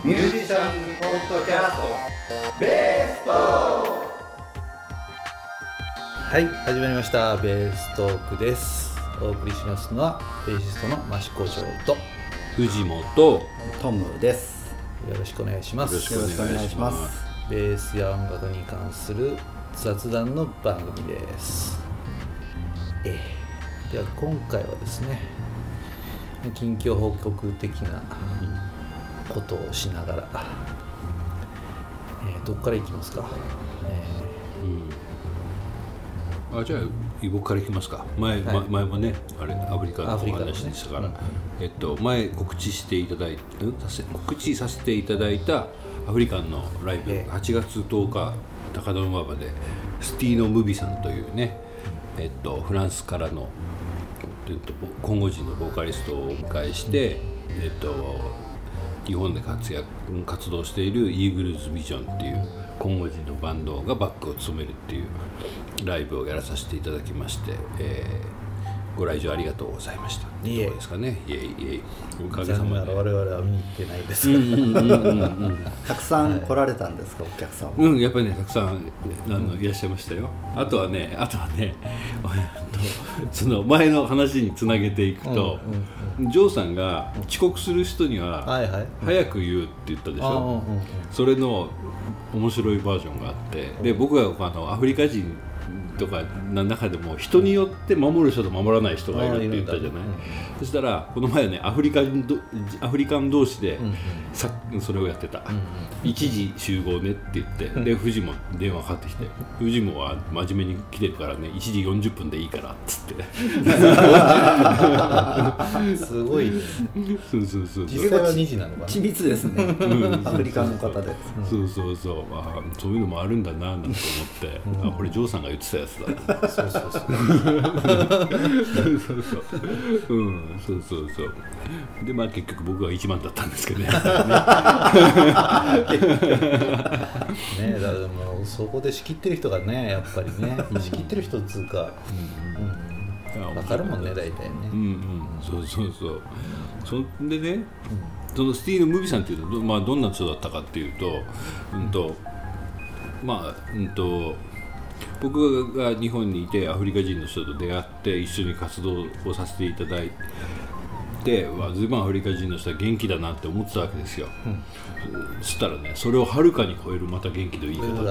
ミュージシャンポッドキャストベーストはい、始まりましたベーストークです。お送りしますのはベーシストの益子城と藤本トムです。 よろしくお願いします。 よろしくお願いします。 ベースや音楽に関する雑談の番組です。では今回はですね、近況報告的なことをしながら、どこからいきますか。 じゃあ僕からいきますか。前もね、あれアフリカのお話でしたから、前告知させていただいたアフリカンのライブ、8月10日高田馬場でスティーノ・ムビさんというね、フランスからのコンゴ人のボーカリストをお迎えして、日本で活動しているイーグルズビジョンっていうコンゴ人のバンドがバックを務めるっていうライブをやらさせていただきまして、ご来場ありがとうございました。どうですかね。いえおかげさまで。 我々は見に行ってないですが、 たくさん来られたんですか、お客さんは。 やっぱりね、たくさんいらっしゃいましたよ。あとはねその前の話につなげていくと、ジョーさんが遅刻する人には早く言うって言ったでしょ。それの面白いバージョンがあって、で僕がアフリカ人とかの中でも人によって守る人と守らない人がいるって言ったじゃない。そしたらこの前ね、アフリカン同士で、それをやってた、1時集合ねって言って、で藤も電話かかってきて、藤もは真面目に来てるからね、1時40分でいいからっつってすごいね。 そう実際は2時なのかな。 緻密ですね、アフリカの方で。 そういうのもあるんだななんて思って、これジョーさんが言ってたやつだ。そうで結局僕は1番だったんですけどね。ね、だからもうそこで仕切ってる人がね、やっぱりね、仕切ってる人っつうか、分かるもんね、大体ね。 そうそんでね、そのスティール・ムビさんっていうと、どんな人だったかっていうと、僕が日本にいてアフリカ人の人と出会って一緒に活動をさせていただいて、ずいぶんアフリカ人の人は元気だなって思ってたわけですよ。そしたらね、それをはるかに超えるまた元気のいい方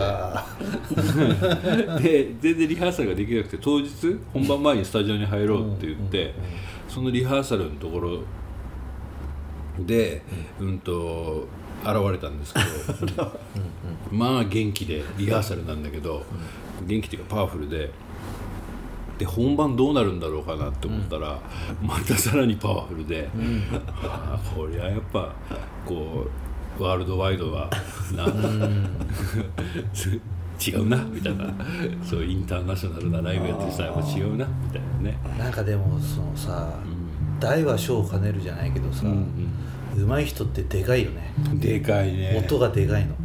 で全然リハーサルができなくて、当日本番前にスタジオに入ろうって言って、そのリハーサルのところで現れたんですけど元気でリハーサルなんだけど、元気っていうかパワフルで本番どうなるんだろうかなって思ったら、またさらにパワフルで、こりゃやっぱこうワールドワイドは違うなみたいな、そういうインターナショナルなライブやってる人はやっぱ違うなみたいなね。 なんかでもそのさ、大は小を兼ねるじゃないけどさ、上手い人ってでかいよね。 でかいね。 音がでかいの。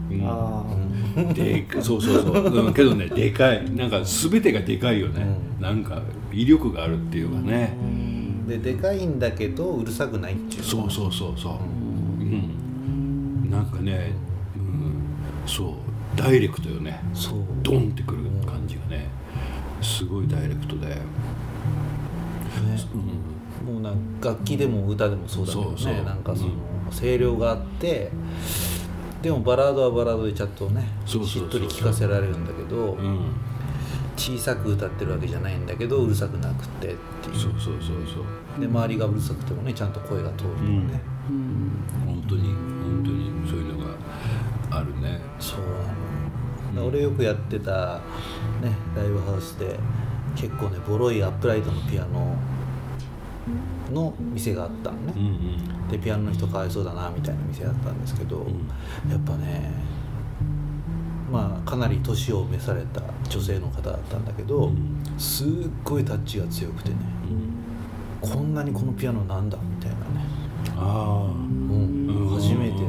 そうけどね、でかい。なんか全てがでかいよね。なんか威力があるっていうかね。 でかいんだけどうるさくないっていう。 そう。なんかね、ダイレクトよね。ドンってくる感じがね、すごいダイレクトで。 もうなんか楽器でも歌でもそうだけどね、なんかその声量があって、でもバラードはバラードでちゃんとね、しっとり聴かせられるんだけど、小さく歌ってるわけじゃないんだけどうるさくなくてっていう。で周りがうるさくてもね、ちゃんと声が通るとかね。 本当にそういうのがあるね。 そうなの。俺よくやってたね、ライブハウスで結構ね、ボロいアップライトのピアノの店があったのね。でピアノの人かわいそうだなみたいな店だったんですけど、やっぱね、かなり年を召された女性の方だったんだけど、すっごいタッチが強くてね、こんなにこのピアノなんだみたいなね。初めて。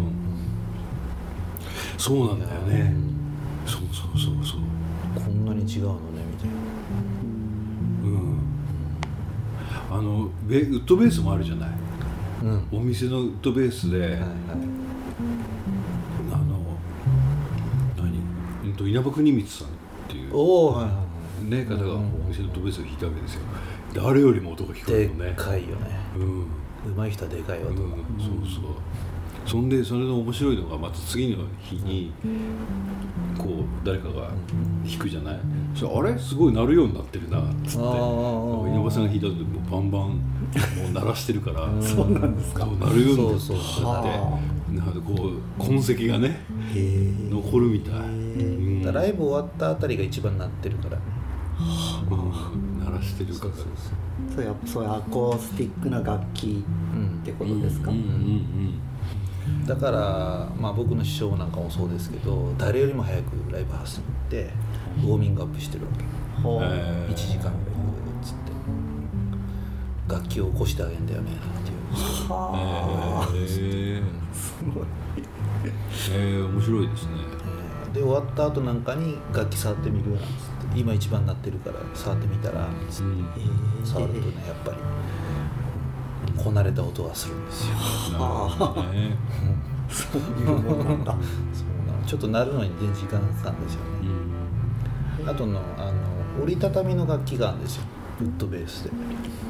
そうなんだよね。そうこんなに違うのねみたいな。 ウッドベースもあるじゃない。お店のウッドベースで、 稲葉国光さんっていうおー、はいはい、 ね、方がお店のドベースを弾いたわけですよ。誰よりも音が聞こえるもんね。 でかいよね、上手い人はでかい音が、 そうそう。そんでそれの面白いのがまた次の日にこう誰かが弾くじゃない、それあれすごい鳴るようになってるなっつって、稲葉さんが弾いた時もうバンバンもう鳴らしてるからそうなんですか。 鳴るようになって、 そうなんかこう痕跡がね残るみたい、 ライブ終わったあたりが一番鳴ってるから、 鳴らしてるから。 そういうアコースティックな楽器ってことですか。 だから、まあ、僕の師匠なんかもそうですけど、誰よりも早くライブハウスに行ってウォーミングアップしてるわけ、1時間ぐらいつって楽器を起こしてあげんだよねなんていう。 すごい。 面白いですね。で終わった後なんかに楽器触ってみるなんつって、今一番鳴ってるから触ってみたらつって、触るとねやっぱりこなれた音がするんですよ。 そういうものなんだ。 ちょっと鳴るのに全然時間かかるんですよね。あと折りたたみの楽器があるんですよ、ウッドベースで。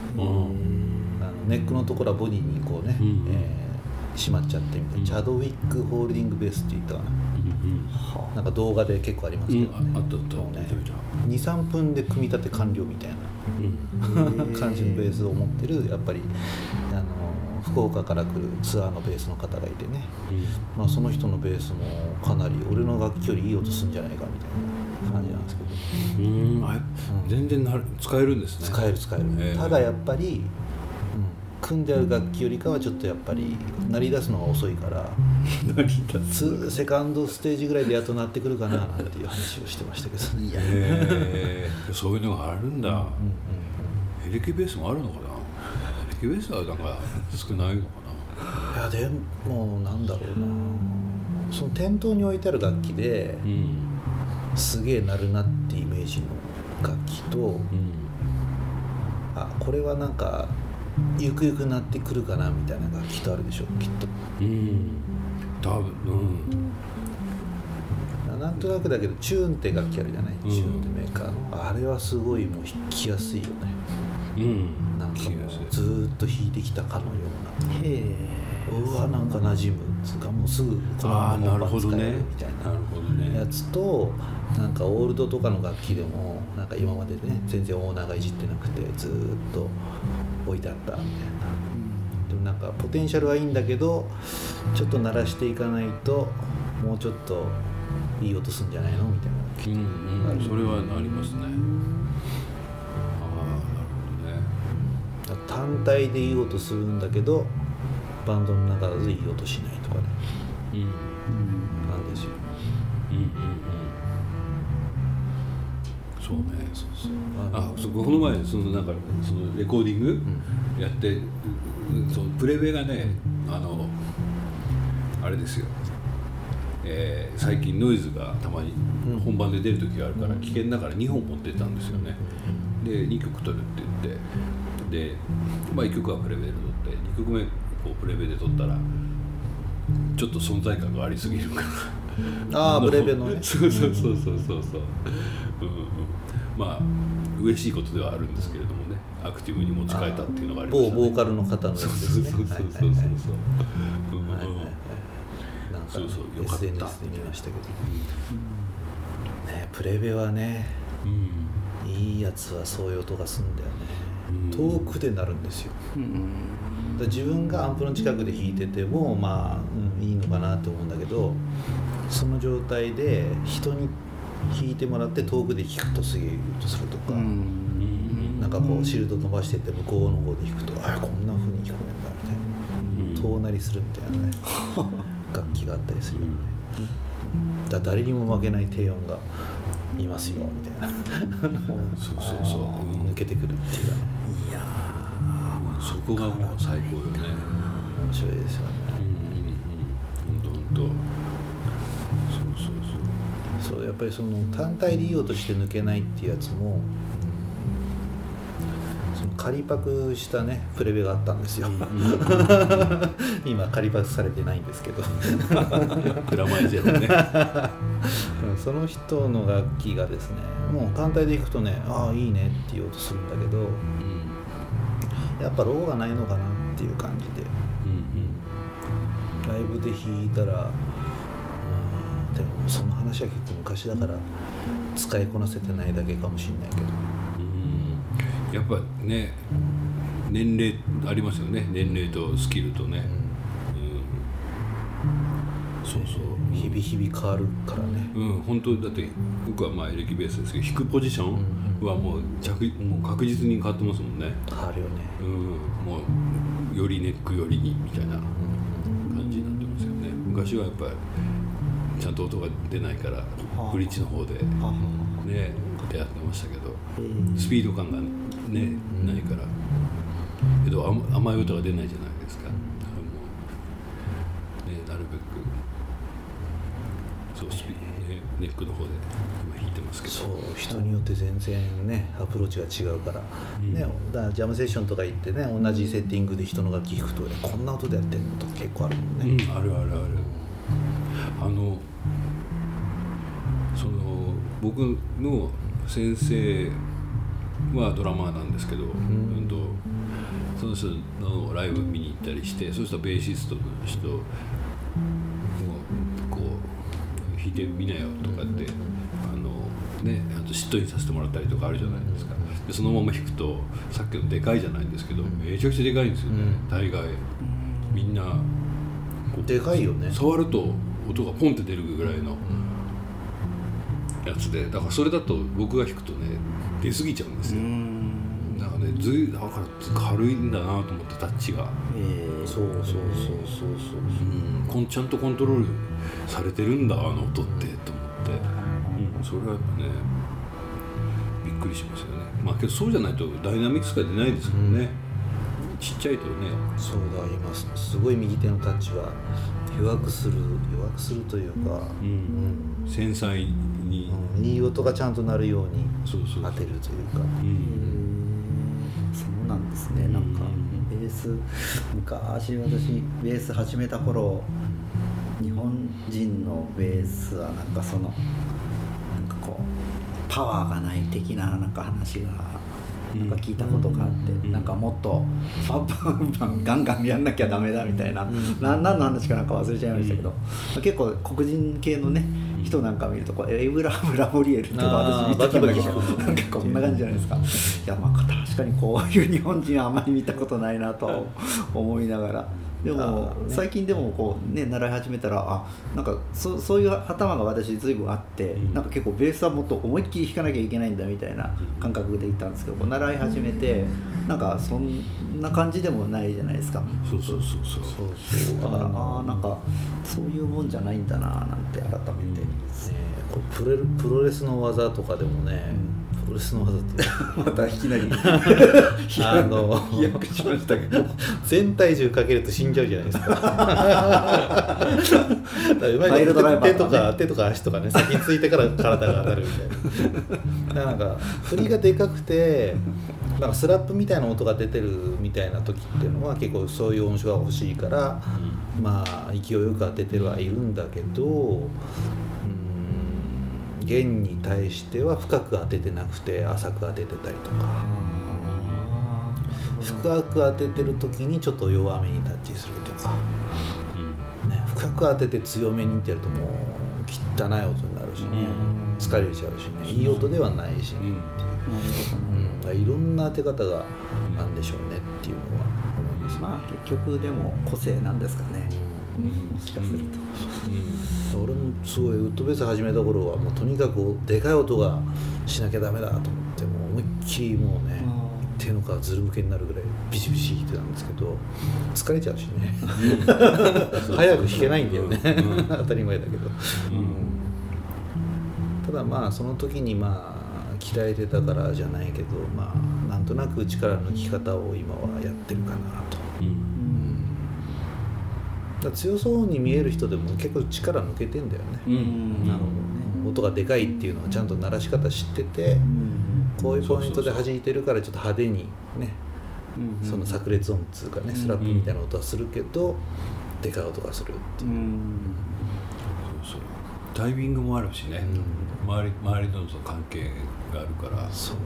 ネックのところはボディにこうね、しまっちゃってみたいな、チャドウィックホールディングベースって言ったかな、なんか動画で結構ありますけどね、2,3 分で組み立て完了みたいな感じのベースを持ってる、やっぱり福岡から来るツアーのベースの方がいてね、まあ、その人のベースもかなり俺の楽器よりいい音するんじゃないかみたいな感じなんですけど、 全然使えるんですね。 使える、ただやっぱり、組んである楽器よりかはちょっとやっぱり鳴り出すのが遅いからセカンドステージぐらいでやっと鳴ってくるかななんていう話をしてましたけどね。 そういうのがあるんだ。エレキベースもあるのかな。エレキベースはなんか少ないのかな。 いやでもなんだろうな、その店頭に置いてある楽器で、すげえ鳴るなってイメージの楽器と、これはなんかゆくゆくなってくるかなみたいな楽器とあるでしょきっと。 多分、 なんとなくだけどチューンって楽器あるじゃない、チューンってメーカーの、あれはすごいもう弾きやすいよね。なんかもうずーっと弾いてきたかのような、うわなんか馴染むつうか、もうすぐこのまま本番使えるみたいなやつと、なんかオールドとかの楽器でもなんか今までね全然オーナーがいじってなくてずーっと置いてあったみたいな、でもなんかポテンシャルはいいんだけどちょっと鳴らしていかないともうちょっといい音するんじゃないのみたいな、 それはありますね。 単体でいい音するんだけどバンドの中だといい音しないとかね、なんですよ。 そうね。この前なんかそのレコーディングやって、そのプレベがね、あれですよ。最近ノイズがたまに本番で出る時があるから危険だから2本持ってったんですよね。で2曲撮るって言って。で、1曲はプレベで撮って2曲目こうプレベで撮ったらちょっと存在感がありすぎるからプレベのねそう、まあ嬉しいことではあるんですけれどもね、アクティブに持ち替えたっていうのがありましたね。 ボーカルの方のやつですね。 そうよかった。 SNS で見ましたけど、プレベはね、いいやつはそういう音がするんだよね。遠くで鳴るんですよ。自分がアンプの近くで弾いててもまあ、いいのかなって思うんだけど、その状態で人に弾いてもらって遠くで弾くとすげえいい音するとか、なんかこうシールド飛ばしてって向こうの方で弾くとこんな風に聞こえるんだみたいな、遠鳴りするみたいなね楽器があったりするよね。誰にも負けない低音がいますよみたいな抜けてくるっていうかね。 いやそこがもう最高よね。 面白いですよね。 ほんとそうやっぱりその単体でいい音して抜けないっていうやつも、その仮パクしたねプレベがあったんですよ。今仮パクされてないんですけどプラマイゼロね。 そその人の楽器がですねもう単体で弾くとねああいいねって言おうとするんだけど、やっぱローがないのかなっていう感じで、ライブで弾いたらでもその話は結構昔だから使いこなせてないだけかもしれないけど、 やっぱね年齢ありますよね、年齢とスキルとね、 そうそう日々日々変わるからね、 本当だって僕はまあエレキベースですけど弾くポジションはもう確実に変わってますもんね。 変わるよね、 もうよりネックよりにみたいな感じになってますよね。昔はやっぱりちゃんと音が出ないからブリッジの方でねやってましたけど、スピード感がねないからけど甘い音が出ないじゃないですか。だからもうねなるべくそうネックの方で今弾いてますけど、 そう人によって全然ねアプローチが違うから、ね、だからジャムセッションとか行ってね同じセッティングで人の楽器弾くとねこんな音でやってるのとか結構あるもんね、 あるあるある。その僕の先生はドラマーなんですけど、その人のライブ見に行ったりして、そうしたらベーシストの人もこう弾いてみなよとかってあとしっとりさせてもらったりとかあるじゃないですか。でそのまま弾くとさっきのでかいじゃないんですけど、めちゃくちゃでかいんですよね、大概みんなこうでかいよね。 触ると音がポンって出るぐらいのやつで、だからそれだと僕が弾くとね出過ぎちゃうんですよ。だからねだから軽いんだなと思ってタッチが、 そうちゃんとコントロールされてるんだあの音ってと思って、それはやっぱねびっくりしますよね。まあけどそうじゃないとダイナミックスが出ないですもんね、ちっちゃいとね。 そうだ今すごい右手のタッチは弱くするというか、 繊細に、 いい音がちゃんと鳴るように当てるというか、 そうなんですね。なんかベース昔私ベース始めた頃、日本人のベースはなんかそのなんかこうパワーがない的ななんか話がなんか聞いたことがあって、なんかもっとパンパンパンガンガンやんなきゃダメだみたいな、何の話かなんか忘れちゃいましたけど、結構黒人系のね人なんか見るとこうエイブラム・ラボリエルとか私見たんだけど、なんかこんな感じじゃないですか。いやまあ確かにこういう日本人はあんまり見たことないなと思いながら、でも最近でもこうね習い始めたらなんかそういう頭が私随分あって、なんか結構ベースはもっと思いっきり弾かなきゃいけないんだみたいな感覚でいったんですけど、習い始めてなんかそんな感じでもないじゃないですか。そうだからなんかそういうもんじゃないんだななんて改めて、 こうプロレスの技とかでもね、プロレスの技ってまたいきなり飛躍しましたけど全体重かけると死んじゃうじゃないですか。手とか足とかね先についてから体が当たるみたいな。なんか振りがでかくてなんかスラップみたいな音が出てるみたいな時っていうのは結構そういう音色が欲しいから、まあ勢いよく当ててはいるんだけど、弦に対しては深く当ててなくて浅く当ててたりとか、深く当ててる時にちょっと弱めにタッチするとか、深く当てて強めにいってるともう汚い音になるしね、疲れちゃうしね、いい音ではないしね、いろんな当て方があるんでしょうねっていうのは思いますね。 まあ結局でも個性なんですかね、もしかすると。 俺もすごいウッドベース始めた頃はもうとにかくでかい音がしなきゃダメだと思ってもう思いっきりもうね手の皮ずるむけになるぐらいビシビシ弾いてたんですけど疲れちゃうしね早く弾けないんだよね当たり前だけど、ただまあその時にまあ鍛えてたからじゃないけど、まあなんとなく力抜き方を今はやってるかなと。だ強そうに見える人でも結構力抜けてんだよね。なるほどね。音がでかいっていうのはちゃんと鳴らし方知ってて、こういうポイントで弾いてるからちょっと派手にね、その炸裂音っていうかね、スラップみたいな音はするけど、でかい音がするっていう。 タイミングもあるしね、周りとの関係があるから。 そう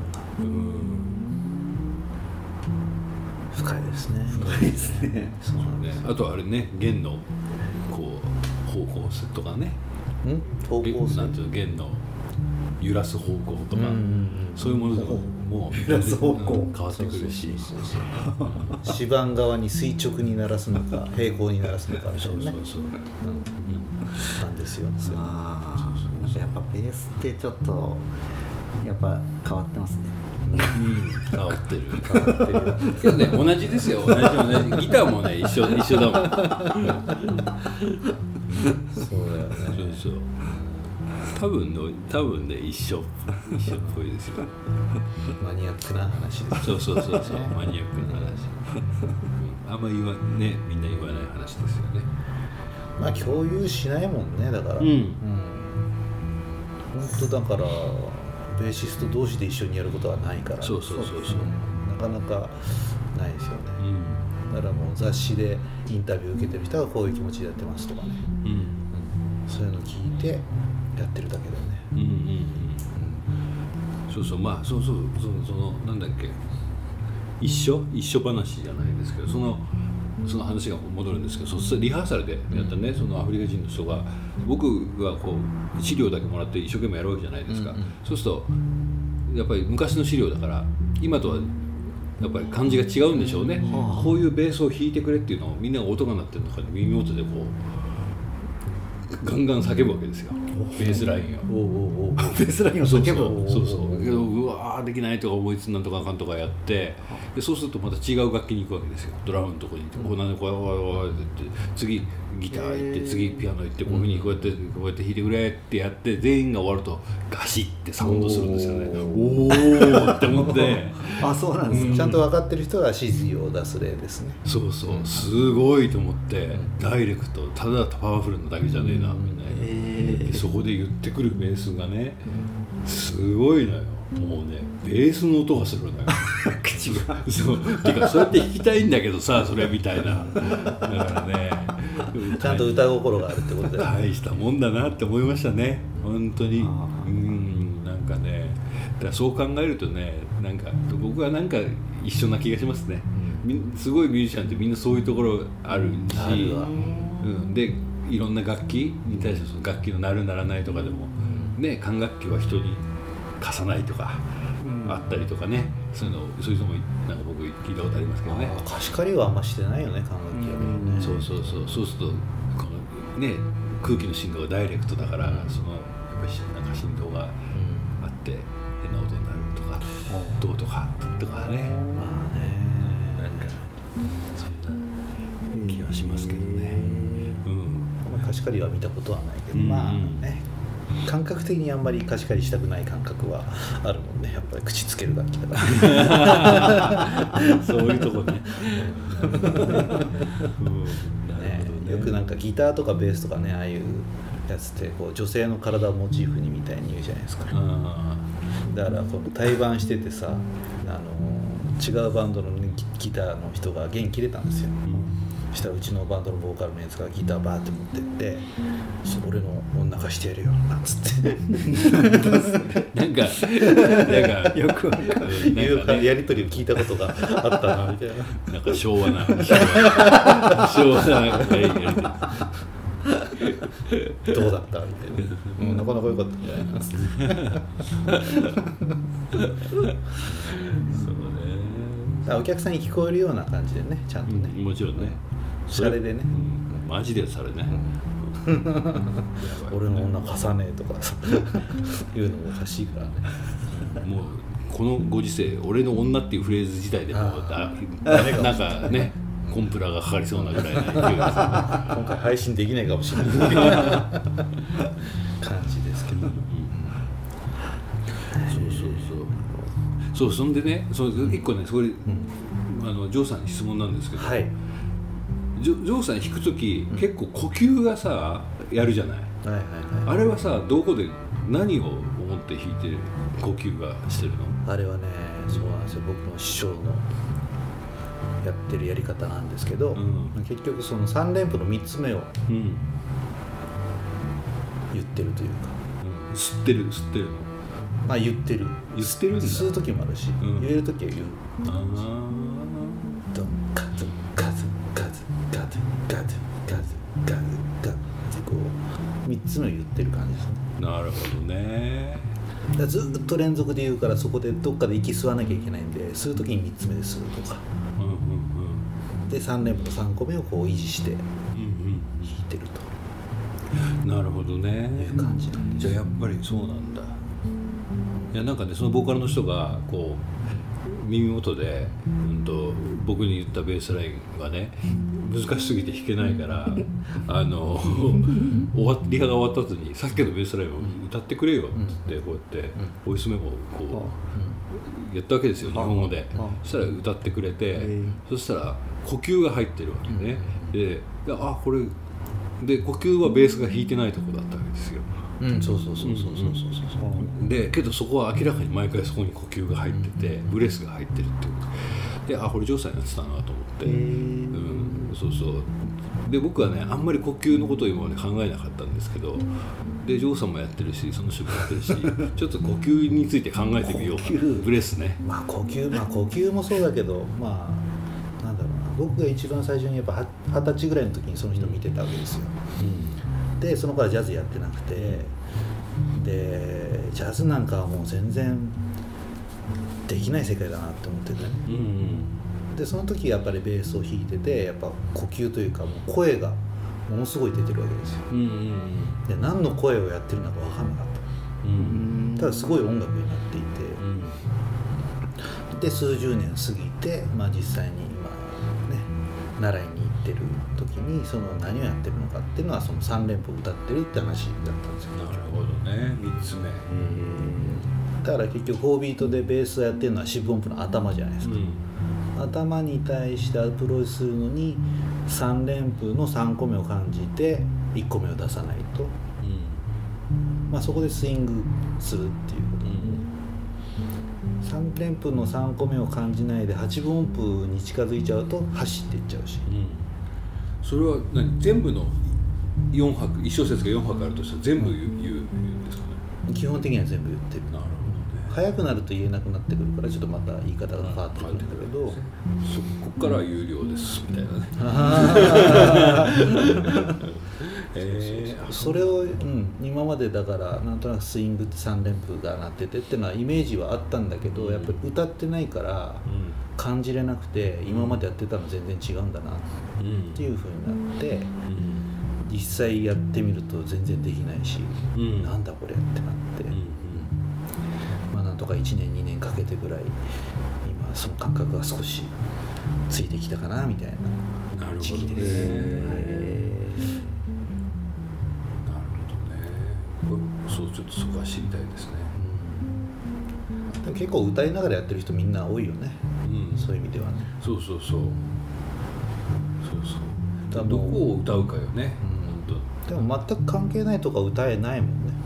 深いですね。 深いですね。 そうね。あとあれね、弦のこう方向性とかね。 方向性なんていうの、弦の揺らす方向とか、そういうものでももう揺らす方向変わってくるし、 指板側に垂直に鳴らすのか平行に鳴らすのかみたいなね。なんですよ。 ああ、やっぱベースってちょっとやっぱ変わってますね。 変わってる。けどね、同じですよ。同じ。ギターもね、一緒だもん。そうだよね。そう。多分ね、一緒っぽいですよ。 マニアックな話です。 そう、マニアックな話。あんまみんな言わない話ですよね。 まあ共有しないもんね、だから。本当だからベーシスト同士で一緒にやることはないから。そう。なかなかないですよね。だからもう雑誌でインタビュー受けてる人がこういう気持ちでやってますとかね。そういうの聞いてやってるだけだよね。 まあそのなんだっけ、一緒話じゃないですけど、その話が戻るんですけど、リハーサルでやったね、そのアフリカ人の人が、僕がこう資料だけもらって一生懸命やるわけじゃないですか。そうするとやっぱり昔の資料だから今とはやっぱり感じが違うんでしょうね。こういうベースを弾いてくれっていうのをみんなが音が鳴ってるのか耳元でこうガンガン叫ぶわけですよ、ベースラインを。 ベースラインを叫ぶ。 そううわーできないとか思いつつなんとかあかんとかやって、でそうするとまた違う楽器に行くわけですよ。ドラムのとこに行ってこうなんでこうって次ギター行って次ピアノ行ってこういうふうにこうやって弾いてくれってやって、全員が終わるとガシッてサウンドするんですよね。おーって思って。 あ、そうなんですか。 ちゃんと分かってる人が指示を出す例ですね。 そうすごいと思って、ダイレクトただパワフルなだけじゃねえなみたいな。そこで言ってくるベースがね、すごいのよ。もうね、ベースの音がするのよ。口が。そうてかそうやって弾きたいんだけどさ、それみたいな。だからね、 ちゃんと歌心があるってことだよね。 大したもんだなって思いましたね、本当に。なんかね、だからそう考えるとね、なんか僕はなんか一緒な気がしますね。すごいミュージシャンってみんなそういうところあるし、でいろんな楽器に対してその楽器の鳴る鳴らないとかでも、ね、管楽器は人に貸さないとかあったりとかね、そういう人もなんか僕聞いたことありますけどね。 貸し借りはあんましてないよね、管楽器はね。 そうするとこのね、空気の振動がダイレクトだから、そのやっぱりなんか振動があって変な音になるとか、どうとかね。まあね、なんかそんな気はしますけどね。 貸し借りは見たことはないけど、まあね、感覚的にあんまり貸し借りしたくない感覚はあるもんね。やっぱり口つける楽器だからそういうとこね。 よくなんかギターとかベースとかね、ああいうやつってこう女性の体をモチーフにみたいに言うじゃないですか。だからこう対バンしててさ、違うバンドの、ね、ギターの人が弦切れたんですよ。そしたらうちのバンドのボーカルのやつがギターバーって持ってって「俺の女貸してやるよ」なんつってなんかよくわかるやり取りを聞いたことがあったなみたいな。 なんか昭和なやり取りどうだったみたいな、なかなか良かったんじゃないかな。そうね。お客さんに聞こえるような感じでね、ちゃんとね。 もちろんね。 シャレでね。 マジでそれね。 俺の女貸さねえとかさ言うのもおかしいからね。 もうこのご時世、俺の女っていうフレーズ自体でもなんかね。コンプラがかかりそうなぐらいの勢いです。 今回配信できないかもしれない感じですけど。 そんでね、一個ね、それ、ジョーさんに質問なんですけど、 はい、 ジョーさん弾くとき、結構呼吸がさやるじゃない。あれはさ、どこで何を思って弾いて呼吸がしてるの？ あれはね、そうなんですよ。僕の師匠のやってるやり方なんですけど、結局その3連符の3つ目を言ってるというか、 吸ってるのまあ言ってるんだ。吸う時もあるし、言える時は言う。ドンカズカズカズカズカズカズカズカズってこう3つの言ってる感じですね。 なるほどね。 だからずっと連続で言うから、そこでどっかで息吸わなきゃいけないんで、吸う時に3つ目で吸うとか、で3連符の3個目をこう維持して弾いてると、 なるほどね、 いう感じなんです。 じゃあやっぱりそうなんだ。いやなんかね、そのボーカルの人がこう耳元で、僕に言ったベースラインはね難しすぎて弾けないからリハが終わった後にさっきのベースラインを歌ってくれよってこうやってボイスメモをこうやったわけですよ、日本語で。そしたら歌ってくれて、そしたら呼吸が入ってるわけね。でこれで呼吸はベースが弾いてないとこだったわけですよ。そうでけどそこは明らかに毎回そこに呼吸が入ってて、ブレスが入ってるっていうで、これジョーさんやってたなと思って、で僕はねあんまり呼吸のことを今まで考えなかったんですけど、でジョーさんもやってるし、その人もやってるしちょっと呼吸について考えてみようかな。ブレスね、 呼吸もそうだけど、なんだろうな、僕が一番最初にやっぱ20歳ぐらいの時にその人見てたわけですよ。でその頃はジャズやってなくて、でジャズなんかはもう全然できない世界だなって思っててね、でその時やっぱりベースを弾いてて、やっぱ呼吸というかもう声がものすごい出てるわけですよ。で何の声をやってるのか分かんなかった、ただすごい音楽になっていて、で数十年過ぎて、実際に今ね習いに行ってる時にその何をやってるのかっていうのはその3連符を歌ってるって話だったんですよ。 なるほどね、3つ目。 だから結局4ビートでベースをやってるのは四分音符の頭じゃないですか、頭に対してアプローチするのに3連符の3個目を感じて1個目を出さないと、そこでスイングするっていうこと、3連符の3個目を感じないで8分音符に近づいちゃうと走っていっちゃうし、 それは全部の4拍、1小節が4拍あるとしたら全部言うんですかね。 基本的には全部言ってる。 なるほどね。 早くなると言えなくなってくるからちょっとまた言い方が変わってくるんだけど、 ここからは有料ですみたいなね。 それを、今までだからなんとなくスイングって3連符がなっててっていうのはイメージはあったんだけど、やっぱり歌ってないから感じれなくて、今までやってたの全然違うんだなっていう風になって、実際やってみると全然できないし、なんだこれってなって、なんとか1年2年かけてぐらい今その感覚が少しついてきたかなみたいな時期です。 なるほどね。そうちょっとそこは知りたいですね。 でも結構歌いながらやってる人みんな多いよね、そういう意味ではね。 そうどこを歌うかよね、 でも全く関係ないとか歌えないもんね。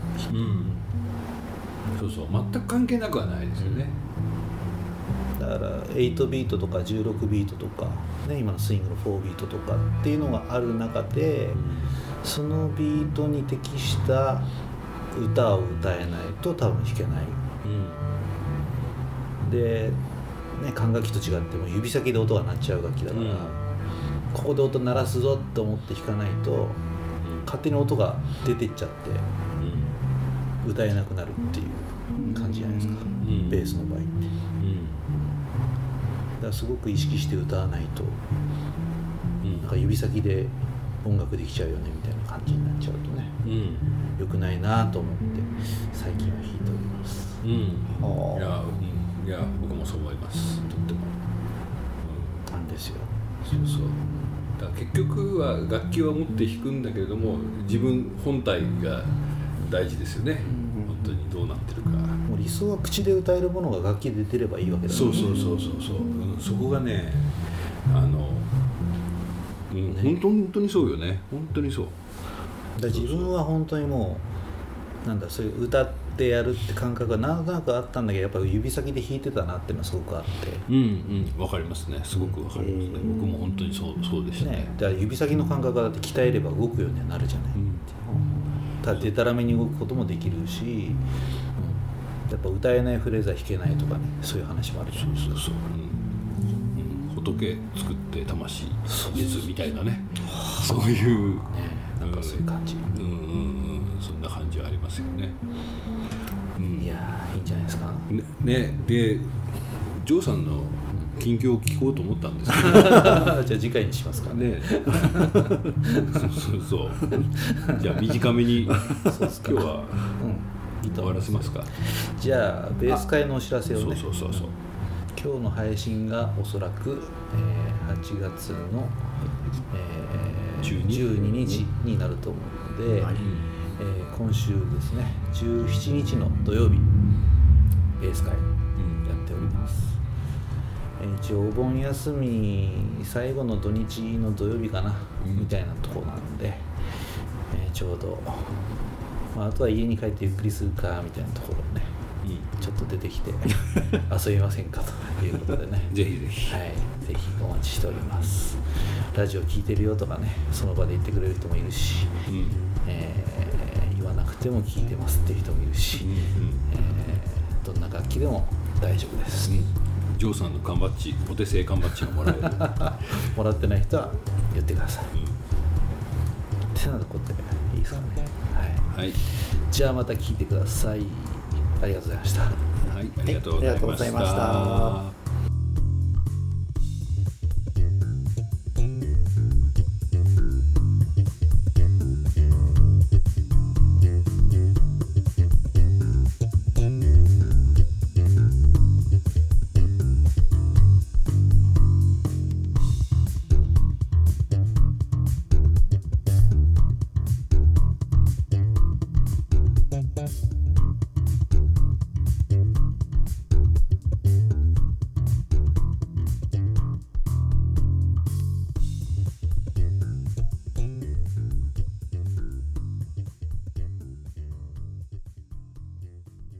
全く関係なくはないですよね。 だから8ビートとか16ビートとか、今のスイングの4ビートとかっていうのがある中で、そのビートに適した歌を歌えないと多分弾けない、で、管楽器と違っても指先で音が鳴っちゃう楽器だから、ここで音鳴らすぞって思って弾かないと、勝手に音が出てっちゃって、歌えなくなるっていう感じじゃないですか、ベースの場合って。だからすごく意識して歌わないと、なんか指先で音楽できちゃうよねみたいな感じになっちゃうとね、良くないなと思って最近は弾いております。 いや僕もそう思います。とっても、 なんですよ。 だから結局は楽器は持って弾くんだけれども、自分本体が大事ですよね、本当にどうなってるか。 もう理想は口で歌えるものが楽器で出ればいいわけだからね。 そこがね、本当にそうよね。本当にそう。 だ自分は本当にもうそういう歌ってやるって感覚がなんとなくあったんだけど、やっぱり指先で弾いてたなっていうのはすごくあって、 わかりますね。すごくわかりますね。僕も本当にそうでしたね。 だから指先の感覚がだって鍛えれば動くようにはなるじゃない、 でたらめに動くこともできるし、やっぱ歌えないフレーズは弾けないとかね、そういう話もあるじゃないですか。 そう、仏作って魂水みたいなね、そういう、 なんかそういう感じ、 そんな感じはありますよね。 いやいいんじゃないですかね。でジョーさんの近況を聞こうと思ったんですけどじゃあ次回にしますかね。 そうじゃあ短めに今日は終わらせますか。 じゃあベース会のお知らせをね。 そう今日の配信がおそらく8月の12日になると思うので、今週ですね17日の土曜日ベース会やっております。一応お盆休み最後の土日の土曜日かな、みたいなところなので、ちょうど、あとは家に帰ってゆっくりするかみたいなところをね、ちょっと出てきて遊びませんかということでねぜひぜひ、 ぜひお待ちしております。ラジオ聞いてるよとかね、その場で言ってくれる人もいるし、言わなくても聞いてますっていう人もいるし、どんな楽器でも大丈夫です。 ジョーさんの缶バッジ、お手製缶バッジがもらえるもらってない人は言ってください。ってなとこっていいですかね。はい、じゃあまた聞いてください。ありがとうございました。 はい、ありがとうございました。